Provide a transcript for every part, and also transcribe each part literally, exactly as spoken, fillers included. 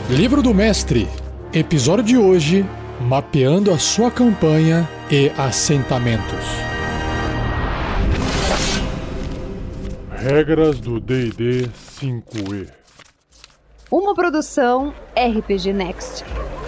Livro do Mestre, episódio de hoje, mapeando a sua campanha e assentamentos. Regras do D e D cinco E. Uma produção R P G Next.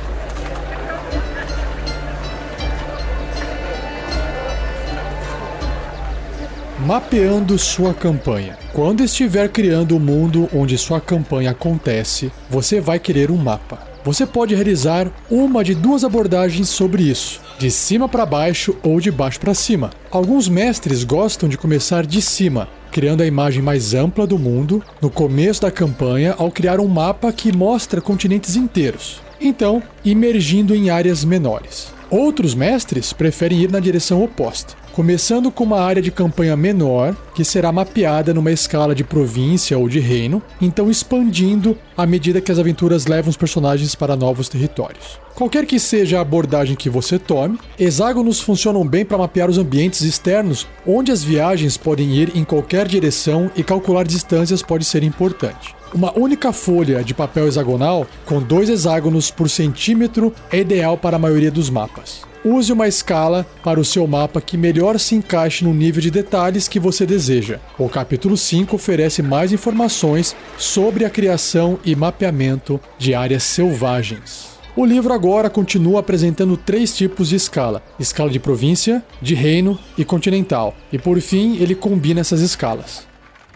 Mapeando sua campanha. Quando estiver criando o mundo onde sua campanha acontece, você vai querer um mapa. Você pode realizar uma de duas abordagens sobre isso, de cima para baixo ou de baixo para cima. Alguns mestres gostam de começar de cima, criando a imagem mais ampla do mundo no começo da campanha ao criar um mapa que mostra continentes inteiros, então imergindo em áreas menores. Outros mestres preferem ir na direção oposta, começando com uma área de campanha menor, que será mapeada numa escala de província ou de reino, então expandindo à medida que as aventuras levam os personagens para novos territórios. Qualquer que seja a abordagem que você tome, hexágonos funcionam bem para mapear os ambientes externos, onde as viagens podem ir em qualquer direção e calcular distâncias pode ser importante. Uma única folha de papel hexagonal, com dois hexágonos por centímetro, é ideal para a maioria dos mapas. Use uma escala para o seu mapa que melhor se encaixe no nível de detalhes que você deseja. O capítulo cinco oferece mais informações sobre a criação e mapeamento de áreas selvagens. O livro agora continua apresentando três tipos de escala: escala de província, de reino e continental. E por fim, ele combina essas escalas.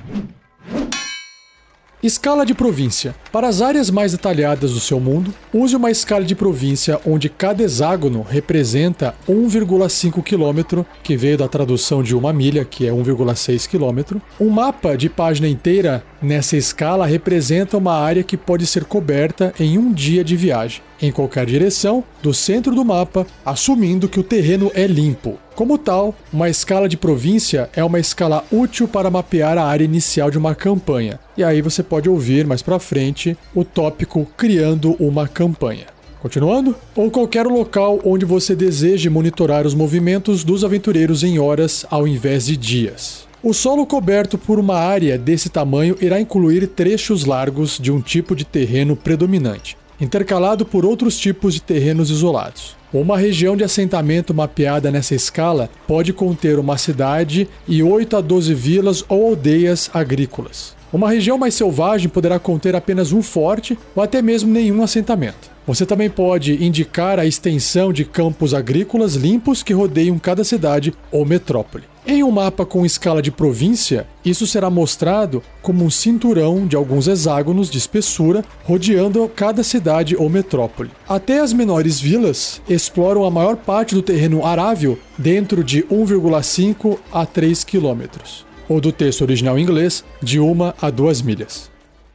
Escala de província. Para as áreas mais detalhadas do seu mundo, use uma escala de província onde cada hexágono representa um vírgula cinco quilômetro, que veio da tradução de uma milha, que é um vírgula seis quilômetro. Um mapa de página inteira nessa escala representa uma área que pode ser coberta em um dia de viagem, em qualquer direção, do centro do mapa, assumindo que o terreno é limpo. Como tal, uma escala de província é uma escala útil para mapear a área inicial de uma campanha. E aí você pode ouvir mais pra frente o tópico Criando uma Campanha. Continuando? Ou qualquer local onde você deseje monitorar os movimentos dos aventureiros em horas ao invés de dias. O solo coberto por uma área desse tamanho irá incluir trechos largos de um tipo de terreno predominante, intercalado por outros tipos de terrenos isolados. Uma região de assentamento mapeada nessa escala pode conter uma cidade e oito a doze vilas ou aldeias agrícolas. Uma região mais selvagem poderá conter apenas um forte ou até mesmo nenhum assentamento. Você também pode indicar a extensão de campos agrícolas limpos que rodeiam cada cidade ou metrópole. Em um mapa com escala de província, isso será mostrado como um cinturão de alguns hexágonos de espessura rodeando cada cidade ou metrópole. Até as menores vilas exploram a maior parte do terreno arável dentro de um vírgula cinco a três quilômetros, ou do texto original em inglês, de uma a duas milhas.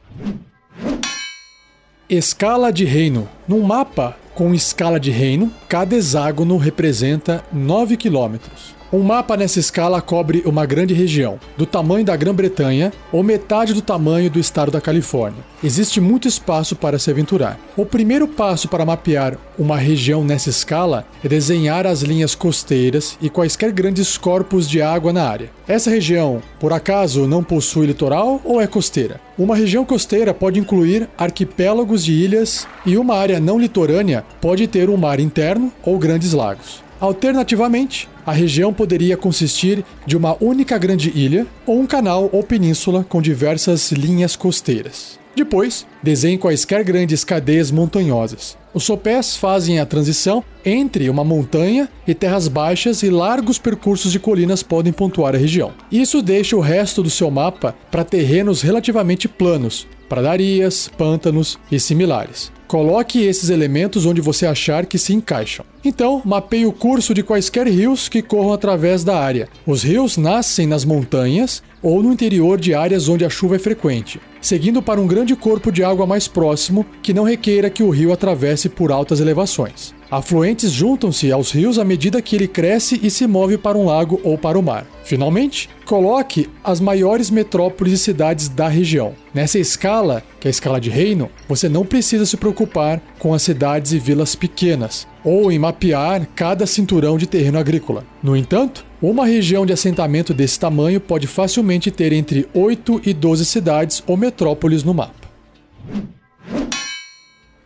Escala de reino. Num mapa com escala de reino, cada hexágono representa nove quilômetros. Um mapa nessa escala cobre uma grande região, do tamanho da Grã-Bretanha ou metade do tamanho do estado da Califórnia. Existe muito espaço para se aventurar. O primeiro passo para mapear uma região nessa escala é desenhar as linhas costeiras e quaisquer grandes corpos de água na área. Essa região, por acaso, não possui litoral ou é costeira? Uma região costeira pode incluir arquipélagos de ilhas e uma área não litorânea pode ter um mar interno ou grandes lagos. Alternativamente, a região poderia consistir de uma única grande ilha ou um canal ou península com diversas linhas costeiras. Depois, desenhe quaisquer grandes cadeias montanhosas. Os sopés fazem a transição entre uma montanha e terras baixas e largos percursos de colinas podem pontuar a região. Isso deixa o resto do seu mapa para terrenos relativamente planos, pradarias, pântanos e similares. Coloque esses elementos onde você achar que se encaixam. Então, mapeie o curso de quaisquer rios que corram através da área. Os rios nascem nas montanhas ou no interior de áreas onde a chuva é frequente, seguindo para um grande corpo de água mais próximo que não requeira que o rio atravesse por altas elevações. Afluentes juntam-se aos rios à medida que ele cresce e se move para um lago ou para o mar. Finalmente, coloque as maiores metrópoles e cidades da região. Nessa escala, que é a escala de reino, você não precisa se preocupar com as cidades e vilas pequenas, ou em mapear cada cinturão de terreno agrícola. No entanto, uma região de assentamento desse tamanho pode facilmente ter entre oito e doze cidades ou metrópoles no mapa.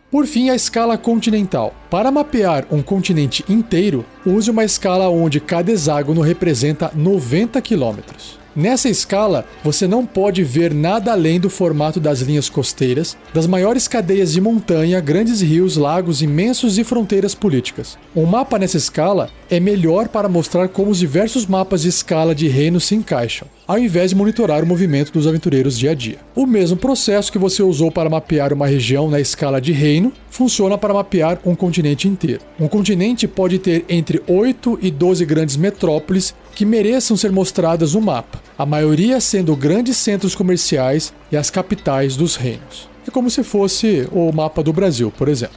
Por fim, a escala continental. Para mapear um continente inteiro, use uma escala onde cada hexágono representa noventa quilômetros. Nessa escala, você não pode ver nada além do formato das linhas costeiras, das maiores cadeias de montanha, grandes rios, lagos imensos e fronteiras políticas. Um mapa nessa escala é melhor para mostrar como os diversos mapas de escala de reino se encaixam, ao invés de monitorar o movimento dos aventureiros dia a dia. O mesmo processo que você usou para mapear uma região na escala de reino funciona para mapear um continente inteiro. Um continente pode ter entre oito e doze grandes metrópoles que mereçam ser mostradas no mapa, a maioria sendo grandes centros comerciais e as capitais dos reinos. É como se fosse o mapa do Brasil, por exemplo.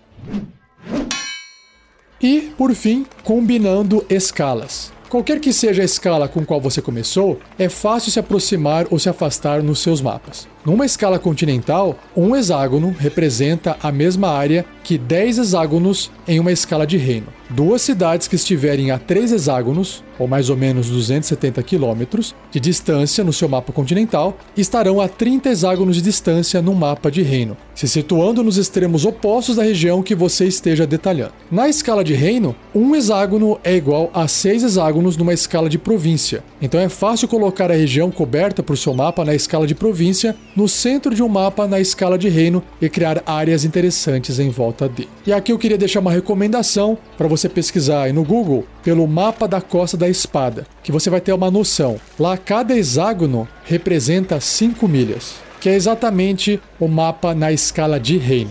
E, por fim, combinando escalas. Qualquer que seja a escala com qual você começou, é fácil se aproximar ou se afastar nos seus mapas. Numa escala continental, um hexágono representa a mesma área que dez hexágonos em uma escala de reino. Duas cidades que estiverem a três hexágonos, ou mais ou menos duzentos e setenta quilômetros, de distância no seu mapa continental, estarão a trinta hexágonos de distância no mapa de reino, se situando nos extremos opostos da região que você esteja detalhando. Na escala de reino, um hexágono é igual a seis hexágonos numa escala de província, então é fácil colocar a região coberta por seu mapa na escala de província no centro de um mapa na escala de reino e criar áreas interessantes em volta dele. E aqui eu queria deixar uma recomendação para você pesquisar aí no Google pelo mapa da Costa da Espada, que você vai ter uma noção. Lá cada hexágono representa cinco milhas, que é exatamente o mapa na escala de reino.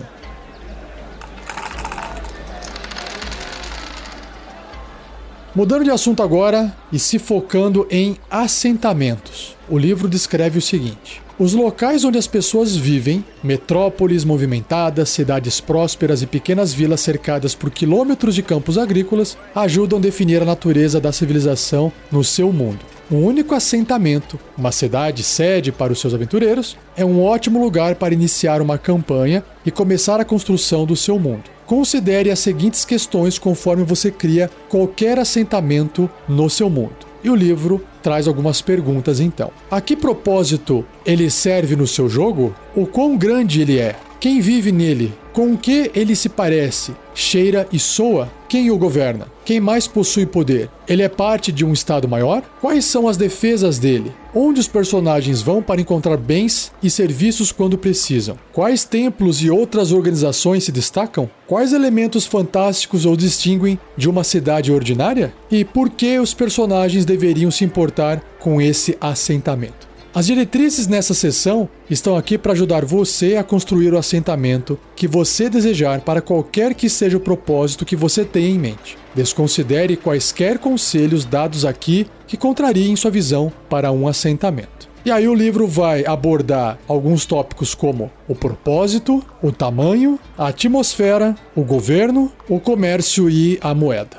Mudando de assunto agora e se focando em assentamentos. O livro descreve o seguinte: os locais onde as pessoas vivem, metrópoles movimentadas, cidades prósperas e pequenas vilas cercadas por quilômetros de campos agrícolas, ajudam a definir a natureza da civilização no seu mundo. Um único assentamento, uma cidade sede para os seus aventureiros, é um ótimo lugar para iniciar uma campanha e começar a construção do seu mundo. Considere as seguintes questões conforme você cria qualquer assentamento no seu mundo. E o livro traz algumas perguntas então. A que propósito ele serve no seu jogo? O quão grande ele é? Quem vive nele? Com o que ele se parece, cheira e soa? Quem o governa? Quem mais possui poder? Ele é parte de um estado maior? Quais são as defesas dele? Onde os personagens vão para encontrar bens e serviços quando precisam? Quais templos e outras organizações se destacam? Quais elementos fantásticos o distinguem de uma cidade ordinária? E por que os personagens deveriam se importar com esse assentamento? As diretrizes nessa seção estão aqui para ajudar você a construir o assentamento que você desejar para qualquer que seja o propósito que você tenha em mente. Desconsidere quaisquer conselhos dados aqui que contrariem sua visão para um assentamento. E aí o livro vai abordar alguns tópicos como o propósito, o tamanho, a atmosfera, o governo, o comércio e a moeda.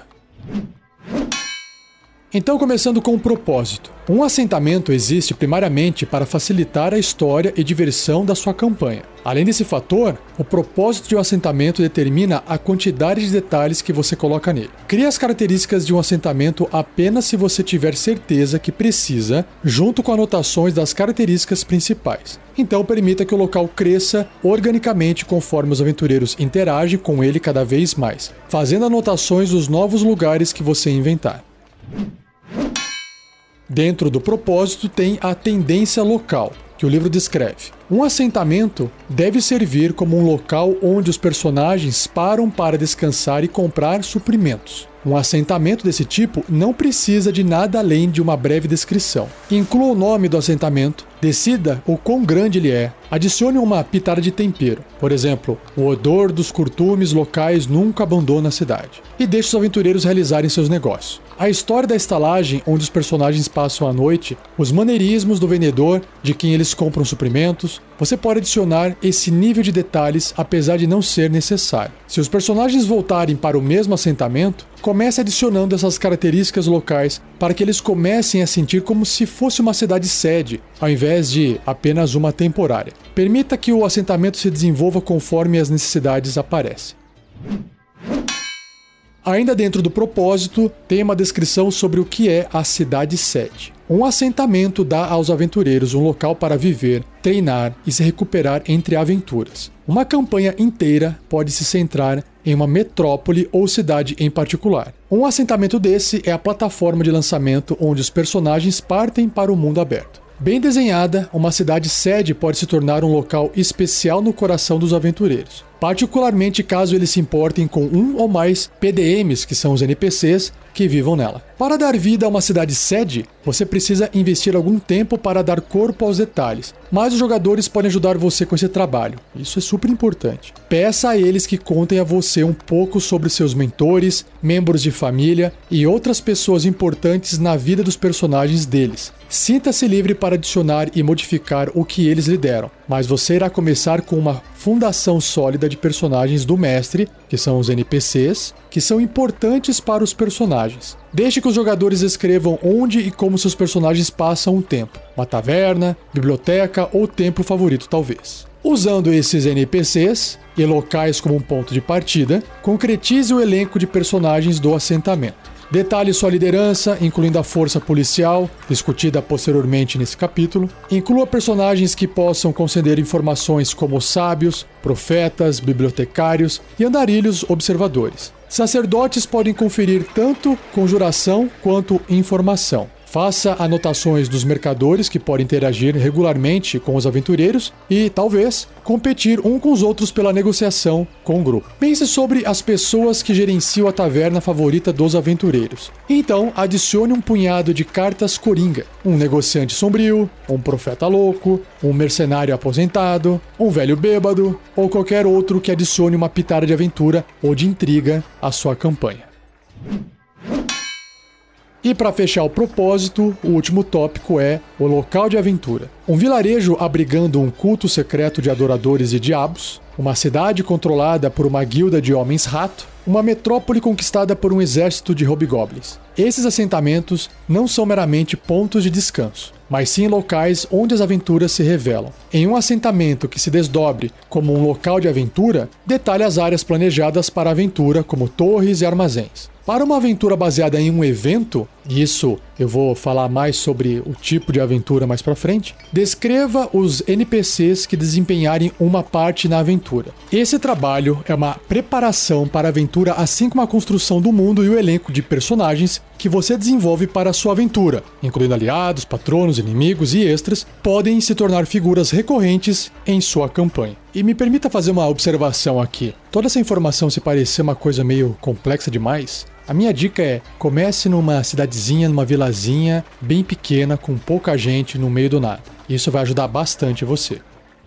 Então, começando com o propósito. Um assentamento existe primariamente para facilitar a história e diversão da sua campanha. Além desse fator, o propósito de um assentamento determina a quantidade de detalhes que você coloca nele. Crie as características de um assentamento apenas se você tiver certeza que precisa, junto com anotações das características principais. Então, permita que o local cresça organicamente conforme os aventureiros interagem com ele cada vez mais, fazendo anotações dos novos lugares que você inventar. Dentro do propósito tem a tendência local, que o livro descreve. Um assentamento deve servir como um local onde os personagens param para descansar e comprar suprimentos. Um assentamento desse tipo não precisa de nada além de uma breve descrição. Inclua o nome do assentamento, decida o quão grande ele é, adicione uma pitada de tempero. Por exemplo, o odor dos curtumes locais nunca abandona a cidade. E deixe os aventureiros realizarem seus negócios. A história da estalagem, onde os personagens passam a noite, os maneirismos do vendedor, de quem eles compram suprimentos, você pode adicionar esse nível de detalhes apesar de não ser necessário. Se os personagens voltarem para o mesmo assentamento, comece adicionando essas características locais para que eles comecem a sentir como se fosse uma cidade sede, ao invés de apenas uma temporária. Permita que o assentamento se desenvolva conforme as necessidades aparecem. Ainda dentro do propósito, tem uma descrição sobre o que é a cidade-sede. Um assentamento dá aos aventureiros um local para viver, treinar e se recuperar entre aventuras. Uma campanha inteira pode se centrar em uma metrópole ou cidade em particular. Um assentamento desse é a plataforma de lançamento onde os personagens partem para o mundo aberto. Bem desenhada, uma cidade sede pode se tornar um local especial no coração dos aventureiros, particularmente caso eles se importem com um ou mais P D Ms, que são os N P Cs, que vivam nela. Para dar vida a uma cidade sede, você precisa investir algum tempo para dar corpo aos detalhes, mas os jogadores podem ajudar você com esse trabalho. Isso é super importante. Peça a eles que contem a você um pouco sobre seus mentores, membros de família e outras pessoas importantes na vida dos personagens deles. Sinta-se livre para adicionar e modificar o que eles lhe deram, mas você irá começar com uma fundação sólida de personagens do mestre, que são os N P Cs, que são importantes para os personagens. Deixe que os jogadores escrevam onde e como seus personagens passam o tempo. Uma taverna, biblioteca ou templo favorito, talvez. Usando esses N P Cs e locais como um ponto de partida, concretize o elenco de personagens do assentamento. Detalhe sua liderança, incluindo a força policial, discutida posteriormente nesse capítulo. Inclua personagens que possam conceder informações como sábios, profetas, bibliotecários e andarilhos observadores. Sacerdotes podem conferir tanto conjuração quanto informação. Faça anotações dos mercadores que podem interagir regularmente com os aventureiros e, talvez, competir um com os outros pela negociação com o grupo. Pense sobre as pessoas que gerenciam a taverna favorita dos aventureiros. Então, adicione um punhado de cartas coringa. Um negociante sombrio, um profeta louco, um mercenário aposentado, um velho bêbado ou qualquer outro que adicione uma pitada de aventura ou de intriga à sua campanha. E para fechar o propósito, o último tópico é o local de aventura. Um vilarejo abrigando um culto secreto de adoradores e diabos, uma cidade controlada por uma guilda de homens-rato, uma metrópole conquistada por um exército de hobgoblins. Esses assentamentos não são meramente pontos de descanso, mas sim locais onde as aventuras se revelam. Em um assentamento que se desdobre como um local de aventura, detalhe as áreas planejadas para a aventura, como torres e armazéns. Para uma aventura baseada em um evento, e isso eu vou falar mais sobre o tipo de aventura mais pra frente, descreva os N P Cs que desempenharem uma parte na aventura. Esse trabalho é uma preparação para a aventura, assim como a construção do mundo e o elenco de personagens que você desenvolve para a sua aventura, incluindo aliados, patronos, inimigos e extras, podem se tornar figuras recorrentes em sua campanha. E me permita fazer uma observação aqui. Toda essa informação se parecer uma coisa meio complexa demais, a minha dica é, comece numa cidadezinha, numa vilazinha bem pequena, com pouca gente no meio do nada. Isso vai ajudar bastante você.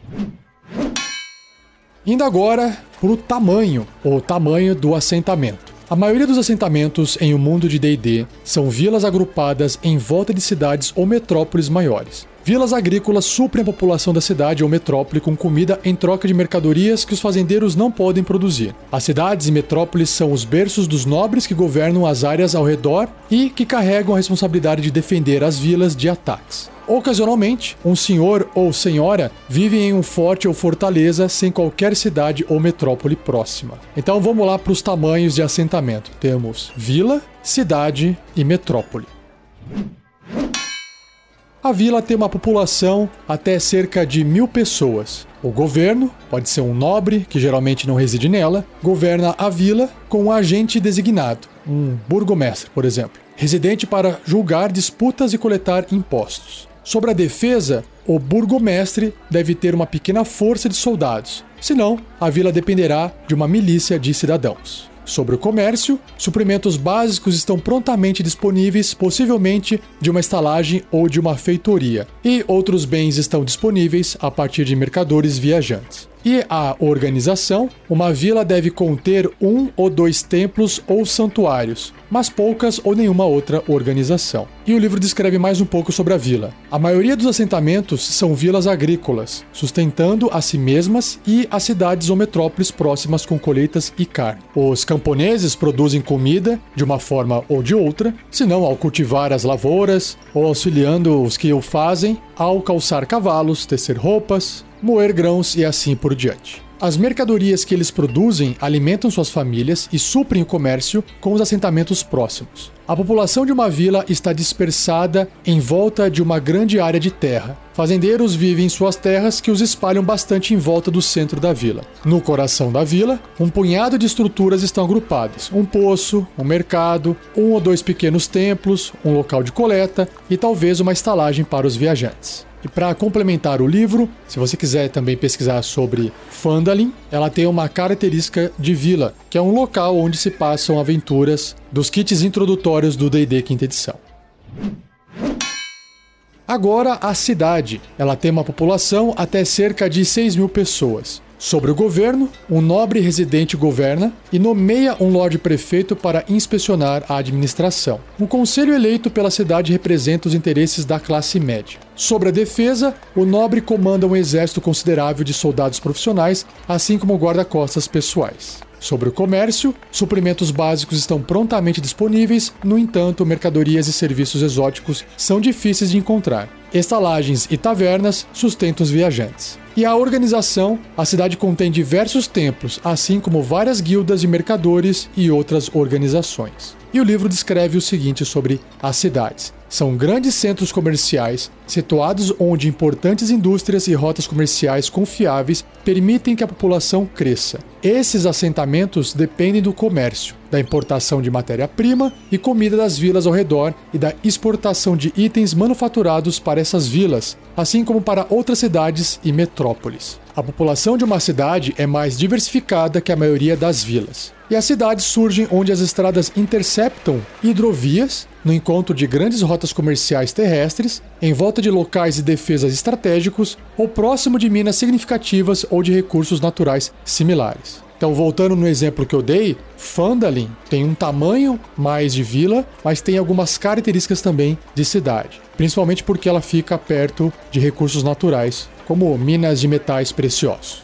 Indo agora para o tamanho, ou tamanho do assentamento. A maioria dos assentamentos em um mundo de D e D são vilas agrupadas em volta de cidades ou metrópoles maiores. Vilas agrícolas suprem a população da cidade ou metrópole com comida em troca de mercadorias que os fazendeiros não podem produzir. As cidades e metrópoles são os berços dos nobres que governam as áreas ao redor e que carregam a responsabilidade de defender as vilas de ataques. Ocasionalmente, um senhor ou senhora vive em um forte ou fortaleza sem qualquer cidade ou metrópole próxima. Então vamos lá para os tamanhos de assentamento. Temos vila, cidade e metrópole. A vila tem uma população até cerca de mil pessoas. O governo, pode ser um nobre, que geralmente não reside nela, governa a vila com um agente designado, um burgomestre, por exemplo, residente para julgar disputas e coletar impostos. Sobre a defesa, o burgomestre deve ter uma pequena força de soldados, senão a vila dependerá de uma milícia de cidadãos. Sobre o comércio, suprimentos básicos estão prontamente disponíveis, possivelmente de uma estalagem ou de uma feitoria, e outros bens estão disponíveis a partir de mercadores viajantes. E a organização, uma vila deve conter um ou dois templos ou santuários, mas poucas ou nenhuma outra organização. E o livro descreve mais um pouco sobre a vila. A maioria dos assentamentos são vilas agrícolas, sustentando a si mesmas e as cidades ou metrópoles próximas com colheitas e carne. Os camponeses produzem comida de uma forma ou de outra, senão ao cultivar as lavouras ou auxiliando os que o fazem ao calçar cavalos, tecer roupas, moer grãos e assim por diante. As mercadorias que eles produzem alimentam suas famílias e suprem o comércio com os assentamentos próximos. A população de uma vila está dispersada em volta de uma grande área de terra. Fazendeiros vivem em suas terras que os espalham bastante em volta do centro da vila. No coração da vila, um punhado de estruturas estão agrupadas. Um poço, um mercado, um ou dois pequenos templos, um local de coleta e talvez uma estalagem para os viajantes. E para complementar o livro, se você quiser também pesquisar sobre Phandalin, ela tem uma característica de vila, que é um local onde se passam aventuras dos kits introdutórios do D e D quinta edição. Agora, a cidade. Ela tem uma população até cerca de seis mil pessoas. Sobre o governo, um nobre residente governa e nomeia um Lorde Prefeito para inspecionar a administração. Um conselho eleito pela cidade representa os interesses da classe média. Sobre a defesa, o nobre comanda um exército considerável de soldados profissionais, assim como guarda-costas pessoais. Sobre o comércio, suprimentos básicos estão prontamente disponíveis, no entanto, mercadorias e serviços exóticos são difíceis de encontrar. Estalagens e tavernas sustentam os viajantes. E a organização, a cidade contém diversos templos, assim como várias guildas de mercadores e outras organizações. E o livro descreve o seguinte sobre as cidades. São grandes centros comerciais, situados onde importantes indústrias e rotas comerciais confiáveis permitem que a população cresça. Esses assentamentos dependem do comércio, da importação de matéria-prima e comida das vilas ao redor e da exportação de itens manufaturados para essas vilas, assim como para outras cidades e metrópoles. A população de uma cidade é mais diversificada que a maioria das vilas. E as cidades surgem onde as estradas interceptam hidrovias, no encontro de grandes rotas comerciais terrestres, em volta de locais de defesas estratégicos ou próximo de minas significativas ou de recursos naturais similares. Então, voltando no exemplo que eu dei, Phandalin tem um tamanho mais de vila, mas tem algumas características também de cidade, principalmente porque ela fica perto de recursos naturais, como minas de metais preciosos.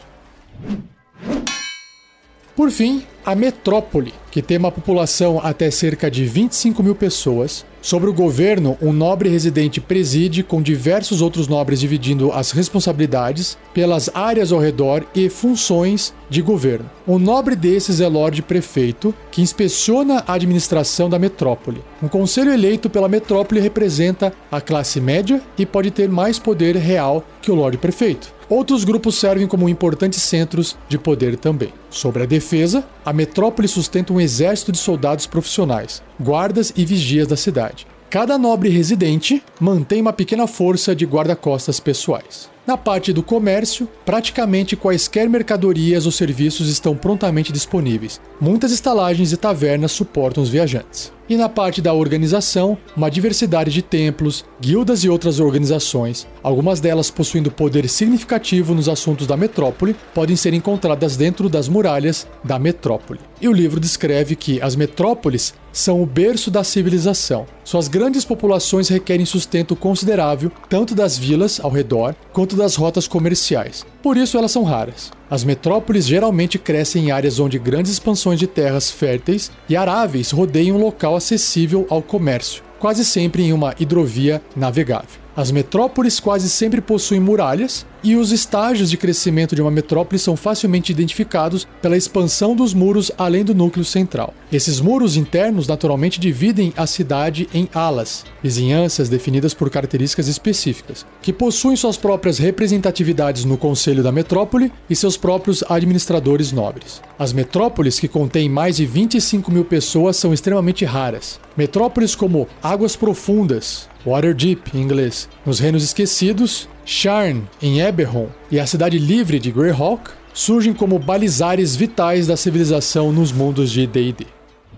Por fim, a metrópole, que tem uma população até cerca de vinte e cinco mil pessoas. Sobre o governo, um nobre residente preside, com diversos outros nobres dividindo as responsabilidades pelas áreas ao redor e funções de governo. Um nobre desses é Lorde Prefeito, que inspeciona a administração da metrópole. Um conselho eleito pela metrópole representa a classe média e pode ter mais poder real que o Lorde Prefeito. Outros grupos servem como importantes centros de poder também. Sobre a defesa, a metrópole sustenta um exército de soldados profissionais, guardas e vigias da cidade. Cada nobre residente mantém uma pequena força de guarda-costas pessoais. Na parte do comércio, praticamente quaisquer mercadorias ou serviços estão prontamente disponíveis. Muitas estalagens e tavernas suportam os viajantes. E na parte da organização, uma diversidade de templos, guildas e outras organizações, algumas delas possuindo poder significativo nos assuntos da metrópole, podem ser encontradas dentro das muralhas da metrópole. E o livro descreve que as metrópoles são o berço da civilização. Suas grandes populações requerem sustento considerável, tanto das vilas ao redor, quanto das rotas comerciais. Por isso elas são raras. As metrópoles geralmente crescem em áreas onde grandes expansões de terras férteis e aráveis rodeiam um local acessível ao comércio, quase sempre em uma hidrovia navegável. As metrópoles quase sempre possuem muralhas, e os estágios de crescimento de uma metrópole são facilmente identificados pela expansão dos muros além do núcleo central. Esses muros internos naturalmente dividem a cidade em alas, vizinhanças definidas por características específicas, que possuem suas próprias representatividades no conselho da metrópole e seus próprios administradores nobres. As metrópoles, que contêm mais de vinte e cinco mil pessoas, são extremamente raras. Metrópoles como Águas Profundas, Waterdeep em inglês, nos Reinos Esquecidos, Sharn em Eberron e a Cidade Livre de Greyhawk surgem como balizares vitais da civilização nos mundos de D e D.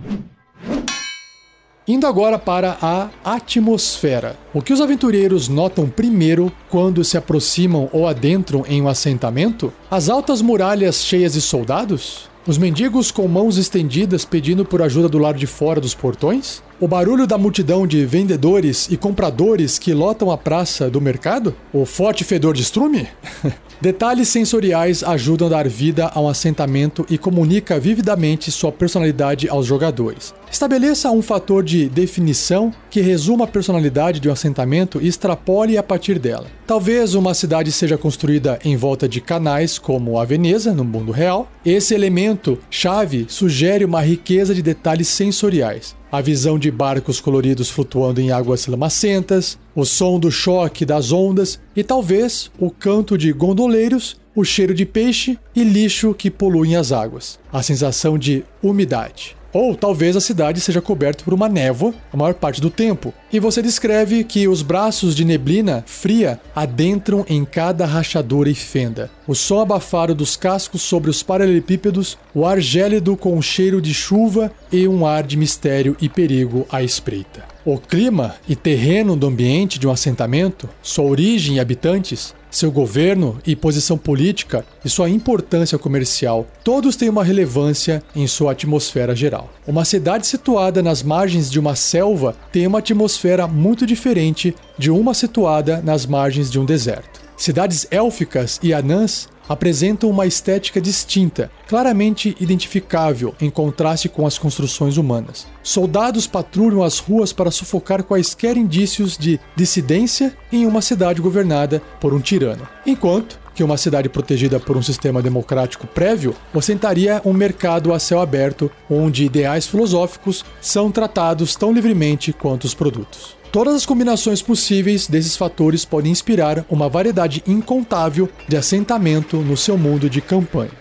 Indo agora para a atmosfera. O que os aventureiros notam primeiro quando se aproximam ou adentram em um assentamento? As altas muralhas cheias de soldados? Os mendigos com mãos estendidas pedindo por ajuda do lado de fora dos portões? O barulho da multidão de vendedores e compradores que lotam a praça do mercado? O forte fedor de estrume? Detalhes sensoriais ajudam a dar vida a um assentamento e comunica vividamente sua personalidade aos jogadores. Estabeleça um fator de definição que resuma a personalidade de um assentamento e extrapole a partir dela. Talvez uma cidade seja construída em volta de canais, como a Veneza, no mundo real. Esse elemento-chave sugere uma riqueza de detalhes sensoriais. A visão de barcos coloridos flutuando em águas lamacentas, o som do choque das ondas e talvez o canto de gondoleiros, o cheiro de peixe e lixo que poluem as águas. A sensação de umidade. Ou talvez a cidade seja coberta por uma névoa a maior parte do tempo, e você descreve que os braços de neblina fria adentram em cada rachadura e fenda. O som abafado dos cascos sobre os paralelepípedos, o ar gélido com um cheiro de chuva e um ar de mistério e perigo à espreita. O clima e terreno do ambiente de um assentamento, sua origem e habitantes, seu governo e posição política e sua importância comercial, todos têm uma relevância em sua atmosfera geral. Uma cidade situada nas margens de uma selva tem uma atmosfera muito diferente de uma situada nas margens de um deserto. Cidades élficas e anãs apresentam uma estética distinta, claramente identificável em contraste com as construções humanas. Soldados patrulham as ruas para sufocar quaisquer indícios de dissidência em uma cidade governada por um tirano, enquanto que uma cidade protegida por um sistema democrático prévio ostentaria um mercado a céu aberto onde ideais filosóficos são tratados tão livremente quanto os produtos. Todas as combinações possíveis desses fatores podem inspirar uma variedade incontável de assentamento no seu mundo de campanha.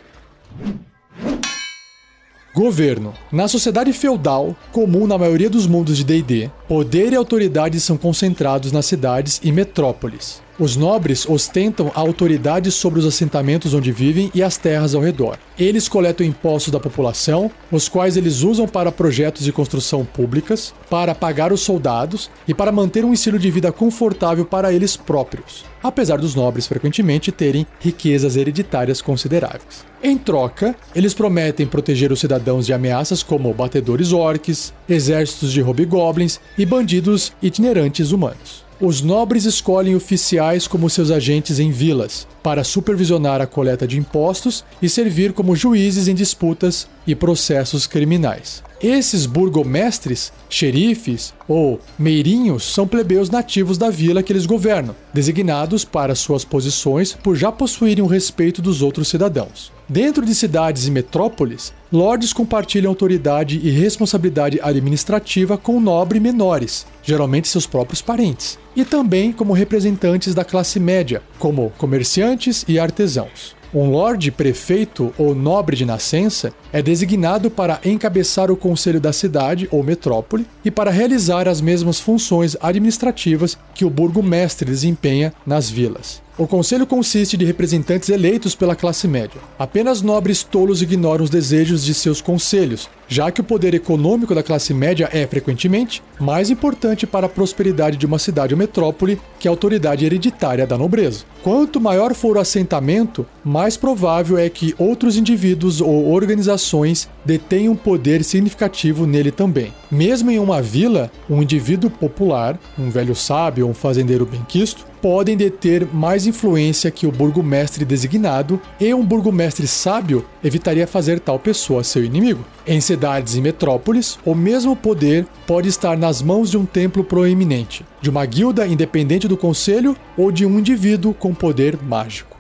Governo. Na sociedade feudal, comum na maioria dos mundos de D e D, poder e autoridade são concentrados nas cidades e metrópoles. Os nobres ostentam a autoridade sobre os assentamentos onde vivem e as terras ao redor. Eles coletam impostos da população, os quais eles usam para projetos de construção públicas, para pagar os soldados e para manter um estilo de vida confortável para eles próprios, apesar dos nobres frequentemente terem riquezas hereditárias consideráveis. Em troca, eles prometem proteger os cidadãos de ameaças como batedores orques, exércitos de hobgoblins e bandidos itinerantes humanos. Os nobres escolhem oficiais como seus agentes em vilas, para supervisionar a coleta de impostos e servir como juízes em disputas e processos criminais. Esses burgomestres, xerifes ou meirinhos são plebeus nativos da vila que eles governam, designados para suas posições por já possuírem o respeito dos outros cidadãos. Dentro de cidades e metrópoles, lordes compartilham autoridade e responsabilidade administrativa com nobres menores, geralmente seus próprios parentes, e também como representantes da classe média, como comerciantes e artesãos. Um lorde, prefeito ou nobre de nascença é designado para encabeçar o conselho da cidade ou metrópole e para realizar as mesmas funções administrativas que o burgomestre desempenha nas vilas. O conselho consiste de representantes eleitos pela classe média. Apenas nobres tolos ignoram os desejos de seus conselhos, já que o poder econômico da classe média é, frequentemente, mais importante para a prosperidade de uma cidade ou metrópole que a autoridade hereditária da nobreza. Quanto maior for o assentamento, mais provável é que outros indivíduos ou organizações detenham poder significativo nele também. Mesmo em uma vila, um indivíduo popular, um velho sábio ou um fazendeiro benquisto, podem deter mais influência que o burgomestre designado, e um burgomestre sábio evitaria fazer tal pessoa seu inimigo. Em cidades e metrópoles, o mesmo poder pode estar nas mãos de um templo proeminente, de uma guilda independente do conselho ou de um indivíduo com poder mágico.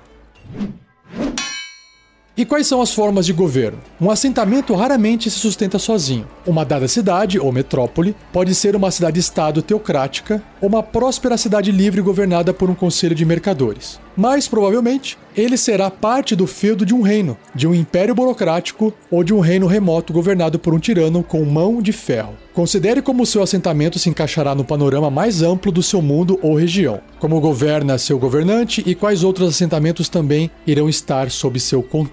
E quais são as formas de governo? Um assentamento raramente se sustenta sozinho. Uma dada cidade ou metrópole pode ser uma cidade-estado teocrática ou uma próspera cidade livre governada por um conselho de mercadores. Mas, provavelmente, ele será parte do feudo de um reino, de um império burocrático ou de um reino remoto governado por um tirano com mão de ferro. Considere como seu assentamento se encaixará no panorama mais amplo do seu mundo ou região, como governa seu governante e quais outros assentamentos também irão estar sob seu controle.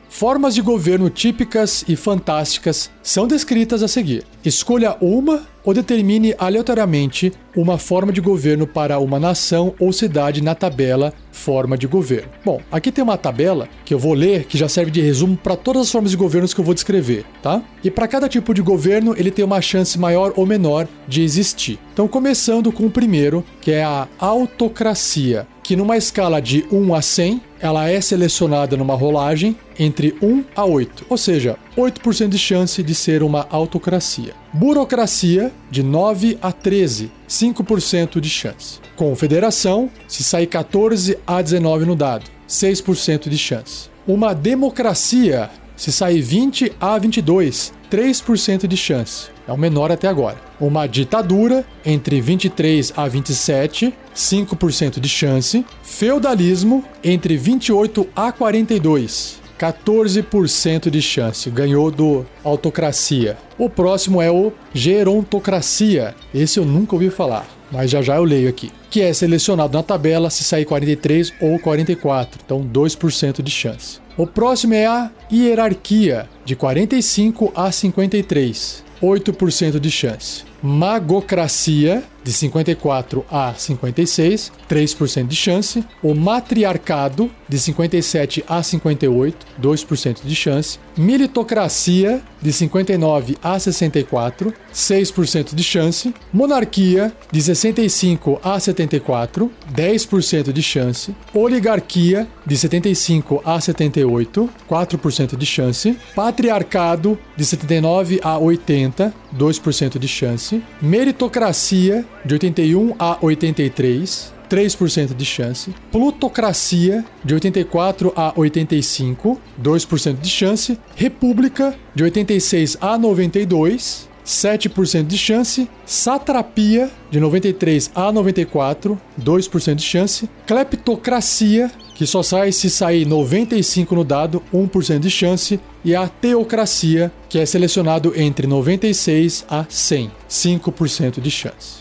Formas de governo típicas e fantásticas são descritas a seguir. Escolha uma ou determine aleatoriamente uma forma de governo para uma nação ou cidade na tabela forma de governo. Bom, aqui tem uma tabela que eu vou ler que já serve de resumo para todas as formas de governos que eu vou descrever, tá? E para cada tipo de governo ele tem uma chance maior ou menor de existir. Então, começando com o primeiro, que é a autocracia, que numa escala de um a cem, ela é selecionada numa rolagem entre um a oito, ou seja, oito por cento de chance de ser uma autocracia. Burocracia, de nove a treze, cinco por cento de chance. Confederação, se sair quatorze a dezenove no dado, seis por cento de chance. Uma democracia, se sair vinte a vinte e dois, três por cento de chance. É o menor até agora. Uma ditadura, entre vinte e três a vinte e sete, cinco por cento de chance. Feudalismo, entre vinte e oito a quarenta e dois, quatorze por cento de chance. Ganhou do autocracia. O próximo é o gerontocracia. Esse eu nunca ouvi falar, mas já já eu leio aqui. Que é selecionado na tabela se sair quarenta e três ou quarenta e quatro, então dois por cento de chance. O próximo é a hierarquia, de quarenta e cinco a cinquenta e três, oito por cento de chance. Magocracia, de cinquenta e quatro a cinquenta e seis, três por cento de chance. O matriarcado, de cinquenta e sete a cinquenta e oito, dois por cento de chance. Militocracia, de cinquenta e nove a sessenta e quatro, seis por cento de chance. Monarquia, de sessenta e cinco a setenta e quatro, dez por cento de chance. Oligarquia, de setenta e cinco a setenta e oito, quatro por cento de chance. Patriarcado, de setenta e nove a oitenta, dois por cento de chance. Meritocracia, de oitenta e um a oitenta e três, três por cento de chance. Plutocracia, de oitenta e quatro a oitenta e cinco, dois por cento de chance. República, de oitenta e seis a noventa e dois, sete por cento de chance. Satrapia, de noventa e três a noventa e quatro, dois por cento de chance. Cleptocracia, que só sai se sair noventa e cinco no dado, um por cento de chance. E a teocracia, que é selecionado entre noventa e seis a cem, cinco por cento de chance.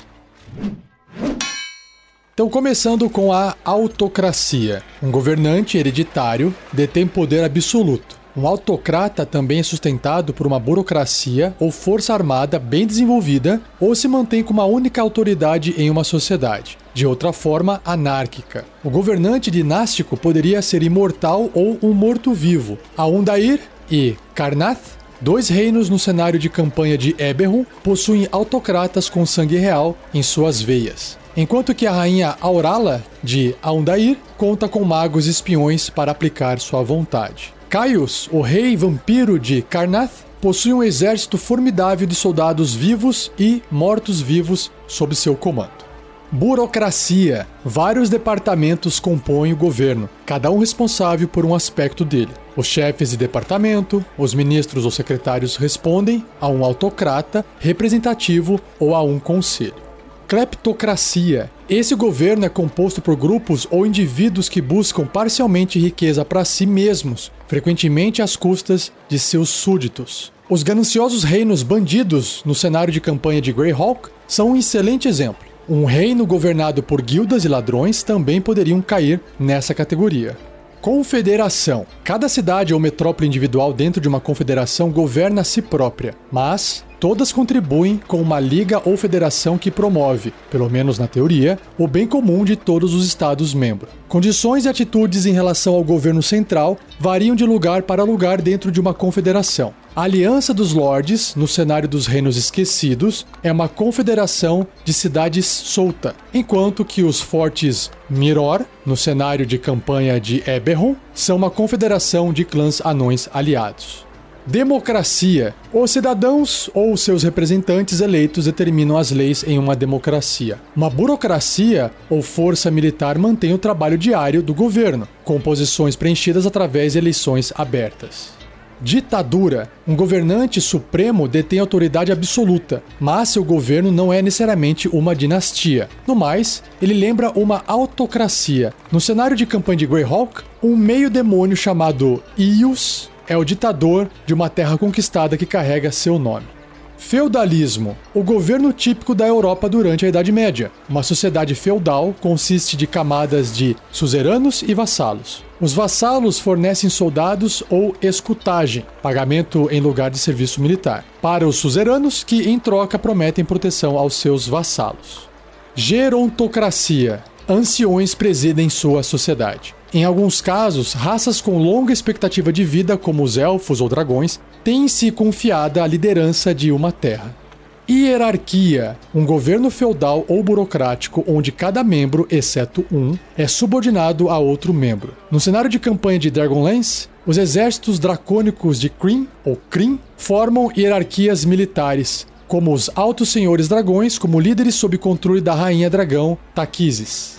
Então, começando com a autocracia. Um governante hereditário detém poder absoluto. Um autocrata também é sustentado por uma burocracia ou força armada bem desenvolvida ou se mantém com uma única autoridade em uma sociedade, de outra forma anárquica. O governante dinástico poderia ser imortal ou um morto-vivo. Aundair e Karnath, dois reinos no cenário de campanha de Eberron, possuem autocratas com sangue real em suas veias. Enquanto que a rainha Aurala, de Aundair, conta com magos espiões para aplicar sua vontade. Caius, o rei vampiro de Karnath, possui um exército formidável de soldados vivos e mortos-vivos sob seu comando. Burocracia. Vários departamentos compõem o governo, cada um responsável por um aspecto dele. Os chefes de departamento, os ministros ou secretários respondem a um autocrata representativo ou a um conselho. Cleptocracia. Esse governo é composto por grupos ou indivíduos que buscam parcialmente riqueza para si mesmos, frequentemente às custas de seus súditos. Os gananciosos reinos bandidos no cenário de campanha de Greyhawk são um excelente exemplo. Um reino governado por guildas e ladrões também poderiam cair nessa categoria. Confederação. Cada cidade ou metrópole individual dentro de uma confederação governa a si própria, mas todas contribuem com uma liga ou federação que promove, pelo menos na teoria, o bem comum de todos os estados-membros. Condições e atitudes em relação ao governo central variam de lugar para lugar dentro de uma confederação. A Aliança dos Lordes, no cenário dos Reinos Esquecidos, é uma confederação de cidades solta, enquanto que os Fortes Miror, no cenário de campanha de Eberron, são uma confederação de clãs anões aliados. Democracia. Os cidadãos ou seus representantes eleitos determinam as leis em uma democracia. Uma burocracia ou força militar mantém o trabalho diário do governo, com posições preenchidas através de eleições abertas. Ditadura. Um governante supremo detém autoridade absoluta, mas seu governo não é necessariamente uma dinastia. No mais, ele lembra uma autocracia. No cenário de campanha de Greyhawk, um meio-demônio chamado Ius é o ditador de uma terra conquistada que carrega seu nome. Feudalismo. O governo típico da Europa durante a Idade Média. Uma sociedade feudal consiste de camadas de suzeranos e vassalos. Os vassalos fornecem soldados ou escutagem, pagamento em lugar de serviço militar, para os suzeranos, que em troca prometem proteção aos seus vassalos. Gerontocracia. Anciões presidem sua sociedade. Em alguns casos, raças com longa expectativa de vida, como os elfos ou dragões, têm-se confiada a liderança de uma terra. Hierarquia. Um governo feudal ou burocrático onde cada membro, exceto um, é subordinado a outro membro. No cenário de campanha de Dragonlance, os exércitos dracônicos de Krynn, ou Krynn, formam hierarquias militares, como os altos senhores dragões, como líderes sob controle da rainha dragão, Takhisis.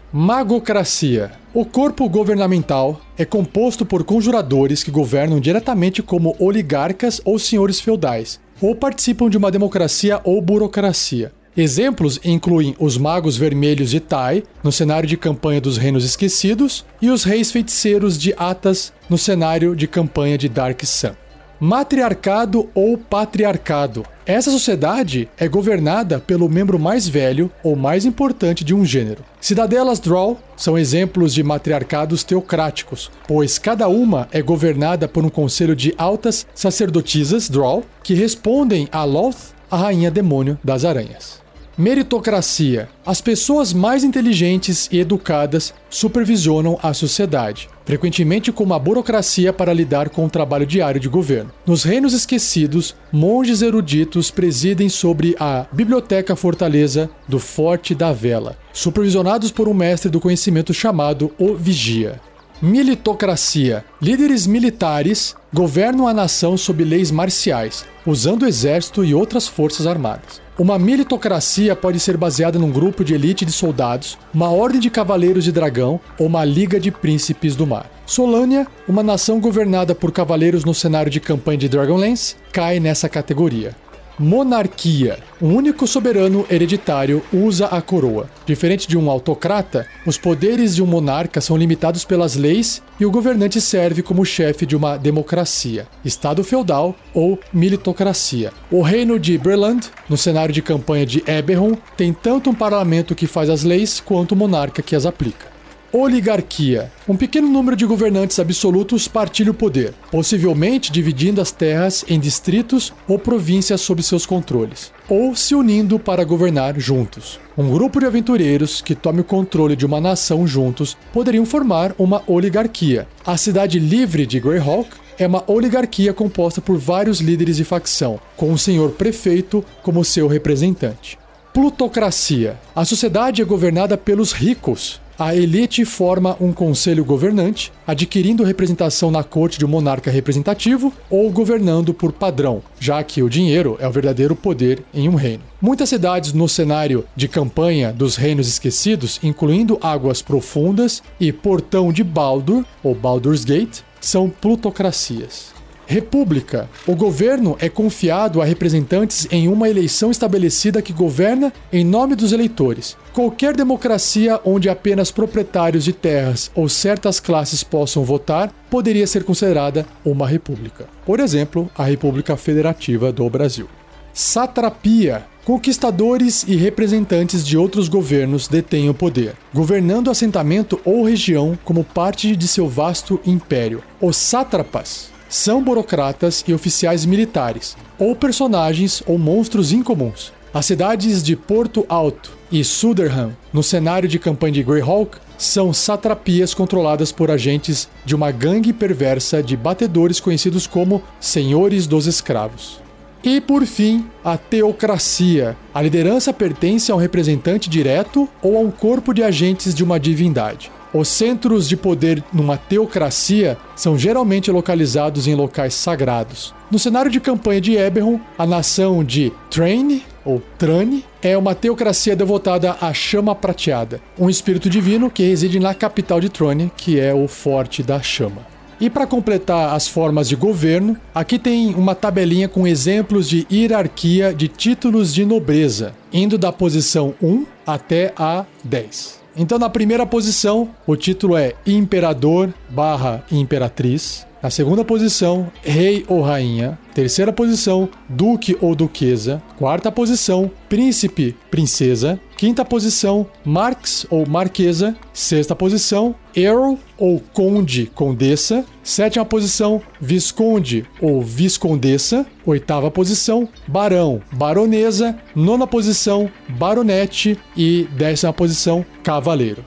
Magocracia. O corpo governamental é composto por conjuradores que governam diretamente como oligarcas ou senhores feudais, ou participam de uma democracia ou burocracia. Exemplos incluem os magos vermelhos de Tai, no cenário de campanha dos Reinos Esquecidos, e os reis feiticeiros de Atas, no cenário de campanha de Dark Sun. Matriarcado ou patriarcado. Essa sociedade é governada pelo membro mais velho ou mais importante de um gênero. Cidadelas Drow são exemplos de matriarcados teocráticos, pois cada uma é governada por um conselho de altas sacerdotisas Drow que respondem a Loth, a rainha demônio das aranhas. Meritocracia. As pessoas mais inteligentes e educadas supervisionam a sociedade, frequentemente com uma burocracia para lidar com o trabalho diário de governo. Nos Reinos Esquecidos, monges eruditos presidem sobre a Biblioteca Fortaleza do Forte da Vela, supervisionados por um mestre do conhecimento chamado o Vigia. Militocracia. Líderes militares governam a nação sob leis marciais, usando o exército e outras forças armadas. Uma militocracia pode ser baseada num grupo de elite de soldados, uma ordem de cavaleiros de dragão ou uma liga de príncipes do mar. Solânia, uma nação governada por cavaleiros no cenário de campanha de Dragonlance, cai nessa categoria. Monarquia. Um único soberano hereditário usa a coroa. Diferente de um autocrata, os poderes de um monarca são limitados pelas leis e o governante serve como chefe de uma democracia, estado feudal ou militocracia. O reino de Breland, no cenário de campanha de Eberron, tem tanto um parlamento que faz as leis quanto um monarca que as aplica. Oligarquia. Um pequeno número de governantes absolutos partilha o poder, possivelmente dividindo as terras em distritos ou províncias sob seus controles, ou se unindo para governar juntos. Um grupo de aventureiros que tome o controle de uma nação juntos poderiam formar uma oligarquia. A cidade livre de Greyhawk é uma oligarquia composta por vários líderes de facção, com o senhor prefeito como seu representante. Plutocracia. A sociedade é governada pelos ricos. A elite forma um conselho governante, adquirindo representação na corte de um monarca representativo ou governando por padrão, já que o dinheiro é o verdadeiro poder em um reino. Muitas cidades no cenário de campanha dos Reinos Esquecidos, incluindo Águas Profundas e Portão de Baldur, ou Baldur's Gate, são plutocracias. República. O governo é confiado a representantes em uma eleição estabelecida que governa em nome dos eleitores. Qualquer democracia onde apenas proprietários de terras ou certas classes possam votar poderia ser considerada uma república. Por exemplo, a República Federativa do Brasil. Satrapia. Conquistadores e representantes de outros governos detêm o poder, governando assentamento ou região como parte de seu vasto império. Os sátrapas são burocratas e oficiais militares, ou personagens ou monstros incomuns. As cidades de Porto Alto e Sutherland, no cenário de campanha de Greyhawk, são satrapias controladas por agentes de uma gangue perversa de batedores conhecidos como Senhores dos Escravos. E, por fim, a teocracia. A liderança pertence a um representante direto ou a um corpo de agentes de uma divindade. Os centros de poder numa teocracia são geralmente localizados em locais sagrados. No cenário de campanha de Eberron, a nação de Train, ou Trane, é uma teocracia devotada à Chama Prateada, um espírito divino que reside na capital de Trane, que é o Forte da Chama. E para completar as formas de governo, aqui tem uma tabelinha com exemplos de hierarquia de títulos de nobreza, indo da posição um até a dez. Então, na primeira posição, o título é Imperador barra Imperatriz. Na segunda posição, rei ou rainha. Terceira posição, duque ou duquesa. Quarta posição, príncipe, princesa. Quinta posição, marques ou marquesa. Sexta posição, earl ou conde, condessa. Sétima posição, visconde ou viscondessa. Oitava posição, barão, baronesa. Nona posição, baronete. E décima posição, cavaleiro.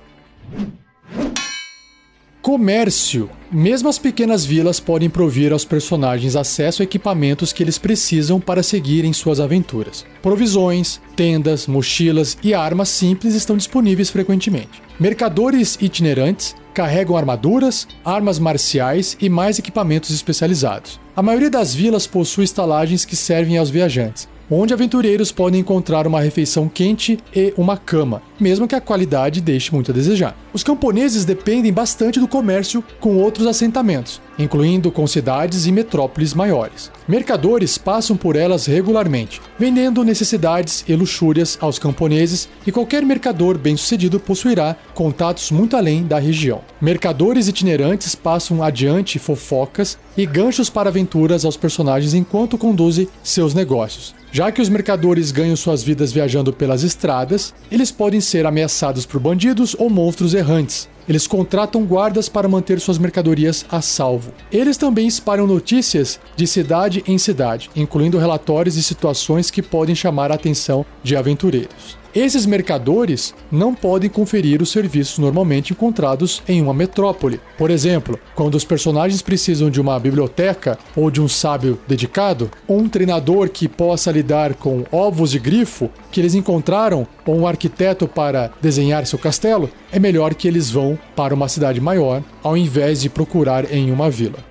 Comércio. Mesmo as pequenas vilas podem provir aos personagens acesso a equipamentos que eles precisam para seguirem suas aventuras. Provisões, tendas, mochilas e armas simples estão disponíveis frequentemente. Mercadores itinerantes carregam armaduras, armas marciais e mais equipamentos especializados. A maioria das vilas possui estalagens que servem aos viajantes, onde aventureiros podem encontrar uma refeição quente e uma cama, mesmo que a qualidade deixe muito a desejar. Os camponeses dependem bastante do comércio com outros assentamentos, incluindo com cidades e metrópoles maiores. Mercadores passam por elas regularmente, vendendo necessidades e luxúrias aos camponeses, e qualquer mercador bem-sucedido possuirá contatos muito além da região. Mercadores itinerantes passam adiante fofocas e ganchos para aventuras aos personagens enquanto conduzem seus negócios. Já que os mercadores ganham suas vidas viajando pelas estradas, eles podem ser ameaçados por bandidos ou monstros errantes. Eles contratam guardas para manter suas mercadorias a salvo. Eles também espalham notícias de cidade em cidade, incluindo relatórios de situações que podem chamar a atenção de aventureiros. Esses mercadores não podem conferir os serviços normalmente encontrados em uma metrópole. Por exemplo, quando os personagens precisam de uma biblioteca ou de um sábio dedicado, ou um treinador que possa lidar com ovos de grifo que eles encontraram, ou um arquiteto para desenhar seu castelo, é melhor que eles vão para uma cidade maior ao invés de procurar em uma vila.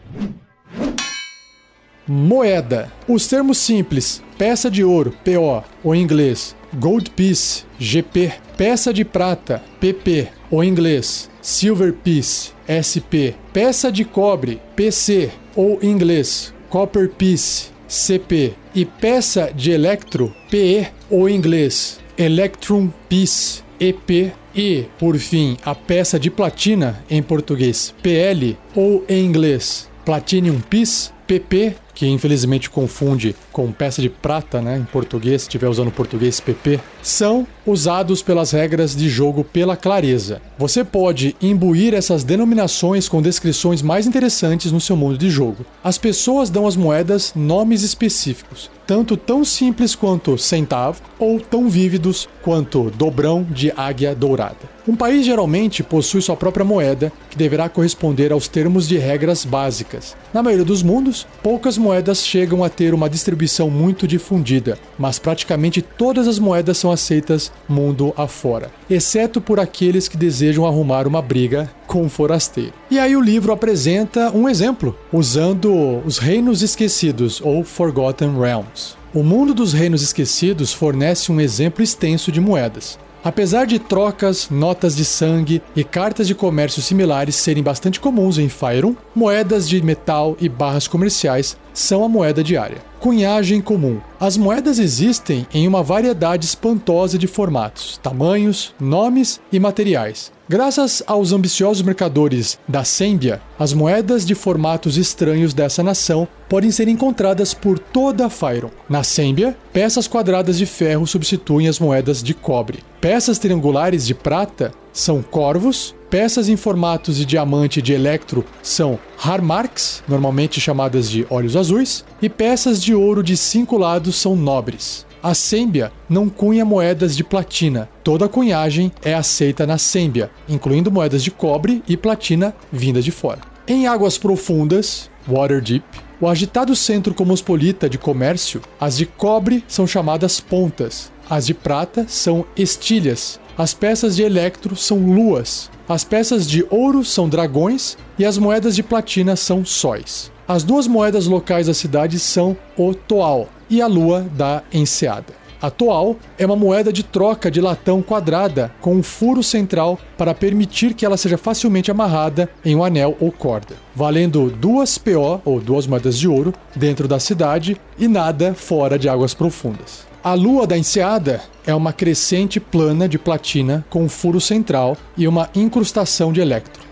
Moeda. Os termos simples peça de ouro, P O, ou em inglês Gold Piece, G P, peça de prata, P P, ou em inglês Silver Piece, S P, peça de cobre, P C, ou em inglês Copper Piece, C P, e peça de electro, P E, ou em inglês Electrum Piece, E P, e, por fim, a peça de platina, em português P L, ou em inglês Platinum Piece, P P, que infelizmente confunde com peça de prata, né, em português, se estiver usando português P P, são usados pelas regras de jogo pela clareza. Você pode imbuir essas denominações com descrições mais interessantes no seu mundo de jogo. As pessoas dão às moedas nomes específicos, tanto tão simples quanto centavo ou tão vívidos quanto dobrão de águia dourada. Um país geralmente possui sua própria moeda, que deverá corresponder aos termos de regras básicas. Na maioria dos mundos, poucas moedas chegam a ter uma distribuição muito difundida, mas praticamente todas as moedas são aceitas mundo afora, exceto por aqueles que desejam arrumar uma briga com o forasteiro. E aí o livro apresenta um exemplo, usando os Reinos Esquecidos, ou Forgotten Realms. O mundo dos Reinos Esquecidos fornece um exemplo extenso de moedas. Apesar de trocas, notas de sangue e cartas de comércio similares serem bastante comuns em Faerûn, moedas de metal e barras comerciais são a moeda diária. Cunhagem comum. As moedas existem em uma variedade espantosa de formatos, tamanhos, nomes e materiais. Graças aos ambiciosos mercadores da Sembia, as moedas de formatos estranhos dessa nação podem ser encontradas por toda a Faerûn. Na Sembia, peças quadradas de ferro substituem as moedas de cobre. Peças triangulares de prata são corvos. Peças em formatos de diamante e de electro são Harmarks, normalmente chamadas de olhos azuis, e peças de ouro de cinco lados são nobres. A Sembia não cunha moedas de platina. Toda a cunhagem é aceita na Sembia, incluindo moedas de cobre e platina vindas de fora. Em águas profundas, Waterdeep, o agitado centro cosmopolita de comércio, as de cobre são chamadas pontas, as de prata são estilhas, as peças de electro são luas, as peças de ouro são dragões e as moedas de platina são sóis. As duas moedas locais da cidade são o Toal e a lua da enseada. A Toal é uma moeda de troca de latão quadrada com um furo central para permitir que ela seja facilmente amarrada em um anel ou corda, valendo duas P O, ou duas moedas de ouro, dentro da cidade e nada fora de águas profundas. A lua da enseada é uma crescente plana de platina com um furo central e uma incrustação de electro.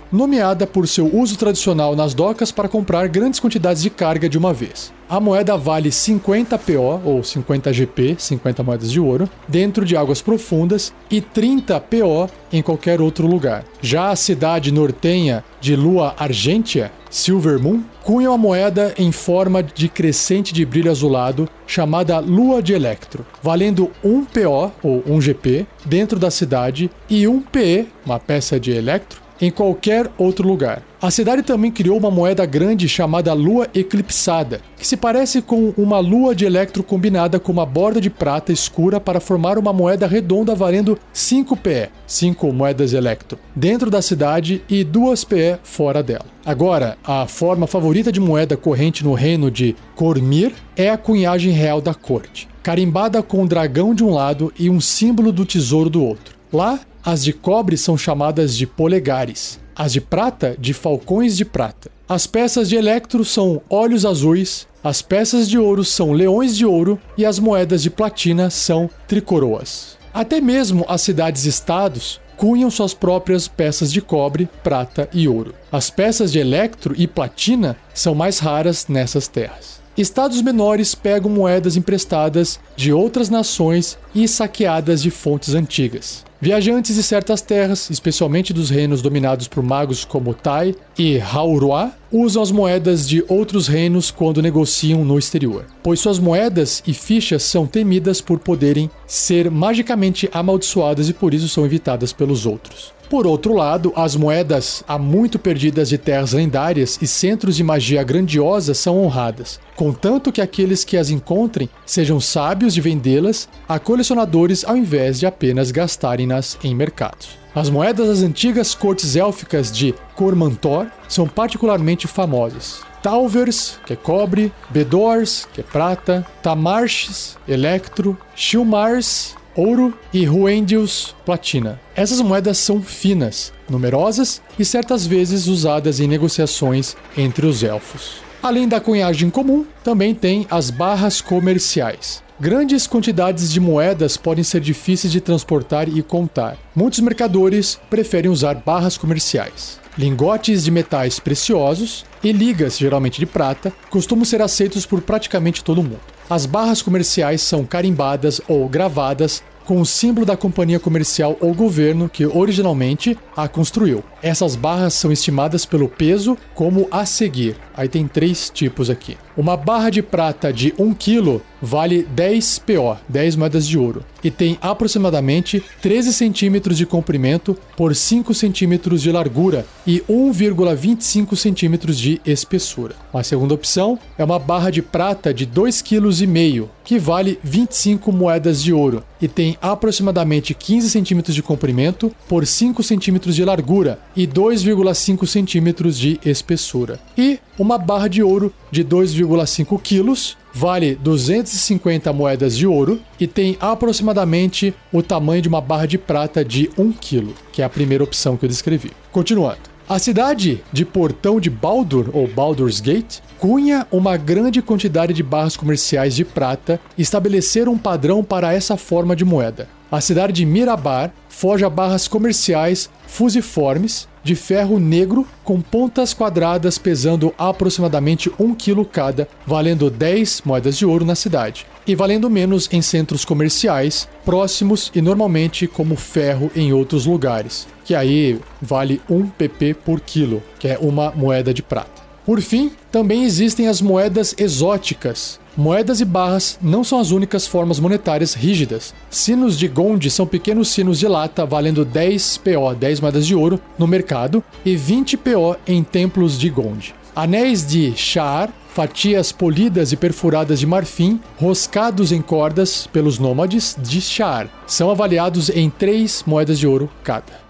nomeada por seu uso tradicional nas docas para comprar grandes quantidades de carga de uma vez. A moeda vale cinquenta P O, ou cinquenta G P, cinquenta moedas de ouro, dentro de águas profundas e trinta P O em qualquer outro lugar. Já a cidade nortenha de Lua Argentea, Silver Moon, cunha uma moeda em forma de crescente de brilho azulado chamada Lua de Electro, valendo um P O, ou um G P, dentro da cidade e um P E, uma peça de electro, em qualquer outro lugar. A cidade também criou uma moeda grande chamada Lua Eclipsada, que se parece com uma lua de electro combinada com uma borda de prata escura para formar uma moeda redonda valendo cinco P E, cinco moedas de electro, dentro da cidade e duas P E fora dela. Agora, a forma favorita de moeda corrente no reino de Cormyr é a cunhagem real da corte, carimbada com um dragão de um lado e um símbolo do tesouro do outro. Lá, as de cobre são chamadas de polegares, as de prata de falcões de prata. As peças de electro são olhos azuis, as peças de ouro são leões de ouro e as moedas de platina são tricoroas. Até mesmo as cidades-estados cunham suas próprias peças de cobre, prata e ouro. As peças de electro e platina são mais raras nessas terras. Estados menores pegam moedas emprestadas de outras nações e saqueadas de fontes antigas. Viajantes de certas terras, especialmente dos reinos dominados por magos como Tai e Haurua, usam as moedas de outros reinos quando negociam no exterior, pois suas moedas e fichas são temidas por poderem ser magicamente amaldiçoadas e por isso são evitadas pelos outros. Por outro lado, as moedas há muito perdidas de terras lendárias e centros de magia grandiosa são honradas, contanto que aqueles que as encontrem sejam sábios de vendê-las a colecionadores ao invés de apenas gastarem-nas em mercados. As moedas das antigas cortes élficas de Cormantor são particularmente famosas. Talvers, que é cobre, Bedors, que é prata, Tamarches, electro, Shilmars, ouro e Ruendius, platina. Essas moedas são finas, numerosas e certas vezes usadas em negociações entre os elfos. Além da cunhagem comum, também tem as barras comerciais. Grandes quantidades de moedas podem ser difíceis de transportar e contar. Muitos mercadores preferem usar barras comerciais. Lingotes de metais preciosos e ligas, geralmente de prata, costumam ser aceitos por praticamente todo mundo. As barras comerciais são carimbadas ou gravadas com o símbolo da companhia comercial ou governo que originalmente a construiu. Essas barras são estimadas pelo peso como a seguir. Aí tem três tipos aqui. Uma barra de prata de um quilo vale dez P O, dez moedas de ouro, e tem aproximadamente treze centímetros de comprimento por cinco centímetros de largura e um vírgula vinte e cinco centímetros de espessura. A segunda opção é uma barra de prata de dois vírgula cinco quilos, que vale vinte e cinco moedas de ouro, e tem aproximadamente quinze centímetros de comprimento por cinco centímetros de largura e dois vírgula cinco centímetros de espessura. E uma barra de ouro de dois vírgula cinco quilos vale duzentas e cinquenta moedas de ouro e tem aproximadamente o tamanho de uma barra de prata de um quilo, que é a primeira opção que eu descrevi. Continuando. A cidade de Portão de Baldur, ou Baldur's Gate, cunha uma grande quantidade de barras comerciais de prata e estabeleceram um padrão para essa forma de moeda. A cidade de Mirabar forja barras comerciais fusiformes de ferro negro com pontas quadradas pesando aproximadamente um quilo cada, valendo dez moedas de ouro na cidade, e valendo menos em centros comerciais próximos e normalmente como ferro em outros lugares, que aí vale um P P por quilo, que é uma moeda de prata. Por fim, também existem as moedas exóticas. Moedas e barras não são as únicas formas monetárias rígidas. Sinos de Gond são pequenos sinos de lata valendo dez P O, dez moedas de ouro, no mercado e vinte P O em templos de Gond. Anéis de Sha'ar, fatias polidas e perfuradas de marfim, roscados em cordas pelos nômades de Sha'ar, são avaliados em três moedas de ouro cada.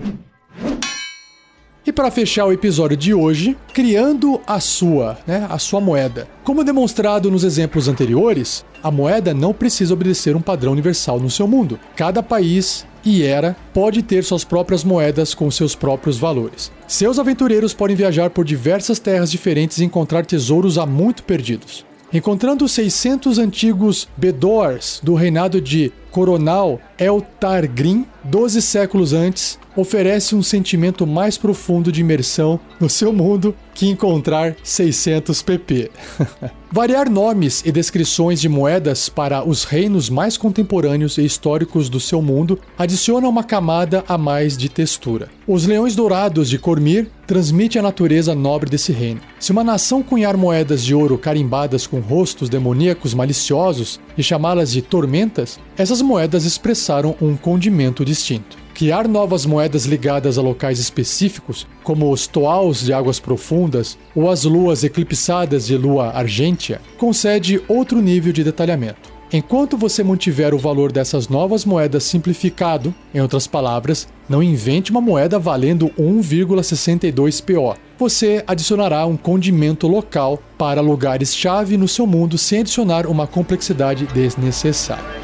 E para fechar o episódio de hoje, criando a sua, né, a sua moeda. Como demonstrado nos exemplos anteriores, a moeda não precisa obedecer um padrão universal no seu mundo. Cada país e era pode ter suas próprias moedas com seus próprios valores. Seus aventureiros podem viajar por diversas terras diferentes e encontrar tesouros há muito perdidos. Encontrando seiscentos antigos Bedors do reinado de Coronal El Targrim, doze séculos antes, oferece um sentimento mais profundo de imersão no seu mundo que encontrar seiscentos P P. Variar nomes e descrições de moedas para os reinos mais contemporâneos e históricos do seu mundo adiciona uma camada a mais de textura. Os leões dourados de Cormyr transmite a natureza nobre desse reino. Se uma nação cunhar moedas de ouro carimbadas com rostos demoníacos maliciosos e chamá-las de tormentas, essas moedas expressaram um condimento distinto. Criar novas moedas ligadas a locais específicos, como os toaus de águas profundas ou as luas eclipsadas de lua argêntea, concede outro nível de detalhamento. Enquanto você mantiver o valor dessas novas moedas simplificado, em outras palavras, não invente uma moeda valendo um vírgula sessenta e dois P O. Você adicionará um condimento local para lugares-chave no seu mundo sem adicionar uma complexidade desnecessária.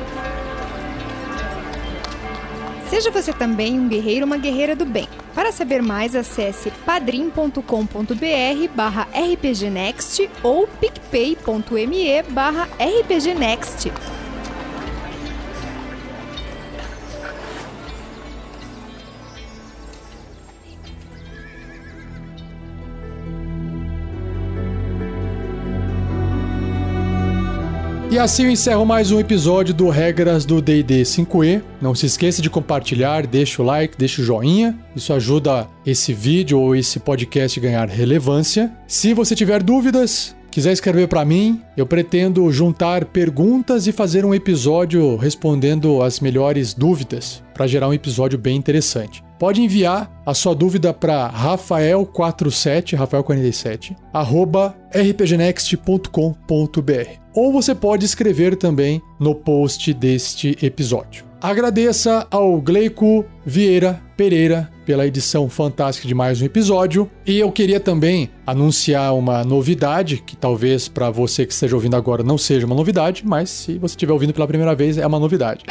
Seja você também um guerreiro ou uma guerreira do bem. Para saber mais, acesse padrim.com.br barra rpgnext ou picpay.me barra rpgnext. E assim eu encerro mais um episódio do Regras do D e D cinco E. Não se esqueça de compartilhar, deixa o like, deixa o joinha. Isso ajuda esse vídeo ou esse podcast a ganhar relevância. Se você tiver dúvidas, quiser escrever para mim, eu pretendo juntar perguntas e fazer um episódio respondendo as melhores dúvidas, para gerar um episódio bem interessante. Pode enviar a sua dúvida para rafael quarenta e sete, rafael quarenta e sete, arroba rpgnext ponto com ponto br. Ou você pode escrever também no post deste episódio. Agradeça ao Gleico Vieira Pereira pela edição fantástica de mais um episódio. E eu queria também anunciar uma novidade, que talvez para você que esteja ouvindo agora não seja uma novidade, mas se você estiver ouvindo pela primeira vez é uma novidade.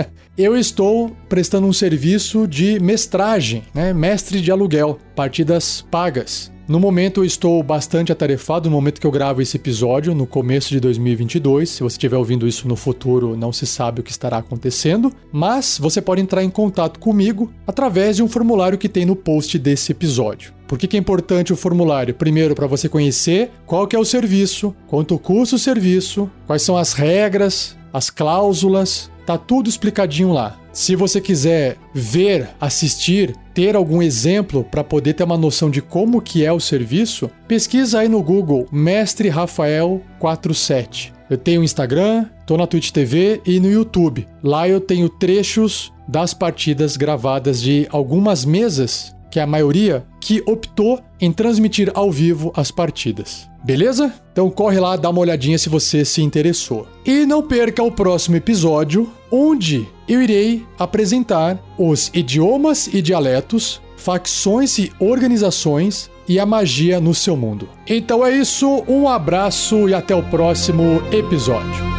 Eu estou prestando um serviço de mestragem, né? Mestre de aluguel, partidas pagas. No momento eu estou bastante atarefado, no momento que eu gravo esse episódio, no começo de dois mil e vinte e dois. Se você estiver ouvindo isso no futuro, não se sabe o que estará acontecendo, mas você pode entrar em contato comigo através de um formulário que tem no post desse episódio. Por que que é importante o formulário? Primeiro, para você conhecer qual que é o serviço, quanto custa o serviço, quais são as regras, as cláusulas, tá tudo explicadinho lá. Se você quiser ver, assistir, ter algum exemplo para poder ter uma noção de como que é o serviço, pesquisa aí no Google Mestre Rafael quarenta e sete. Eu tenho Instagram, tô na Twitch T V e no YouTube. Lá eu tenho trechos das partidas gravadas de algumas mesas, que é a maioria, que optou em transmitir ao vivo as partidas. Beleza? Então corre lá, dá uma olhadinha se você se interessou. E não perca o próximo episódio, onde eu irei apresentar os idiomas e dialetos, facções e organizações e a magia no seu mundo. Então é isso, um abraço e até o próximo episódio.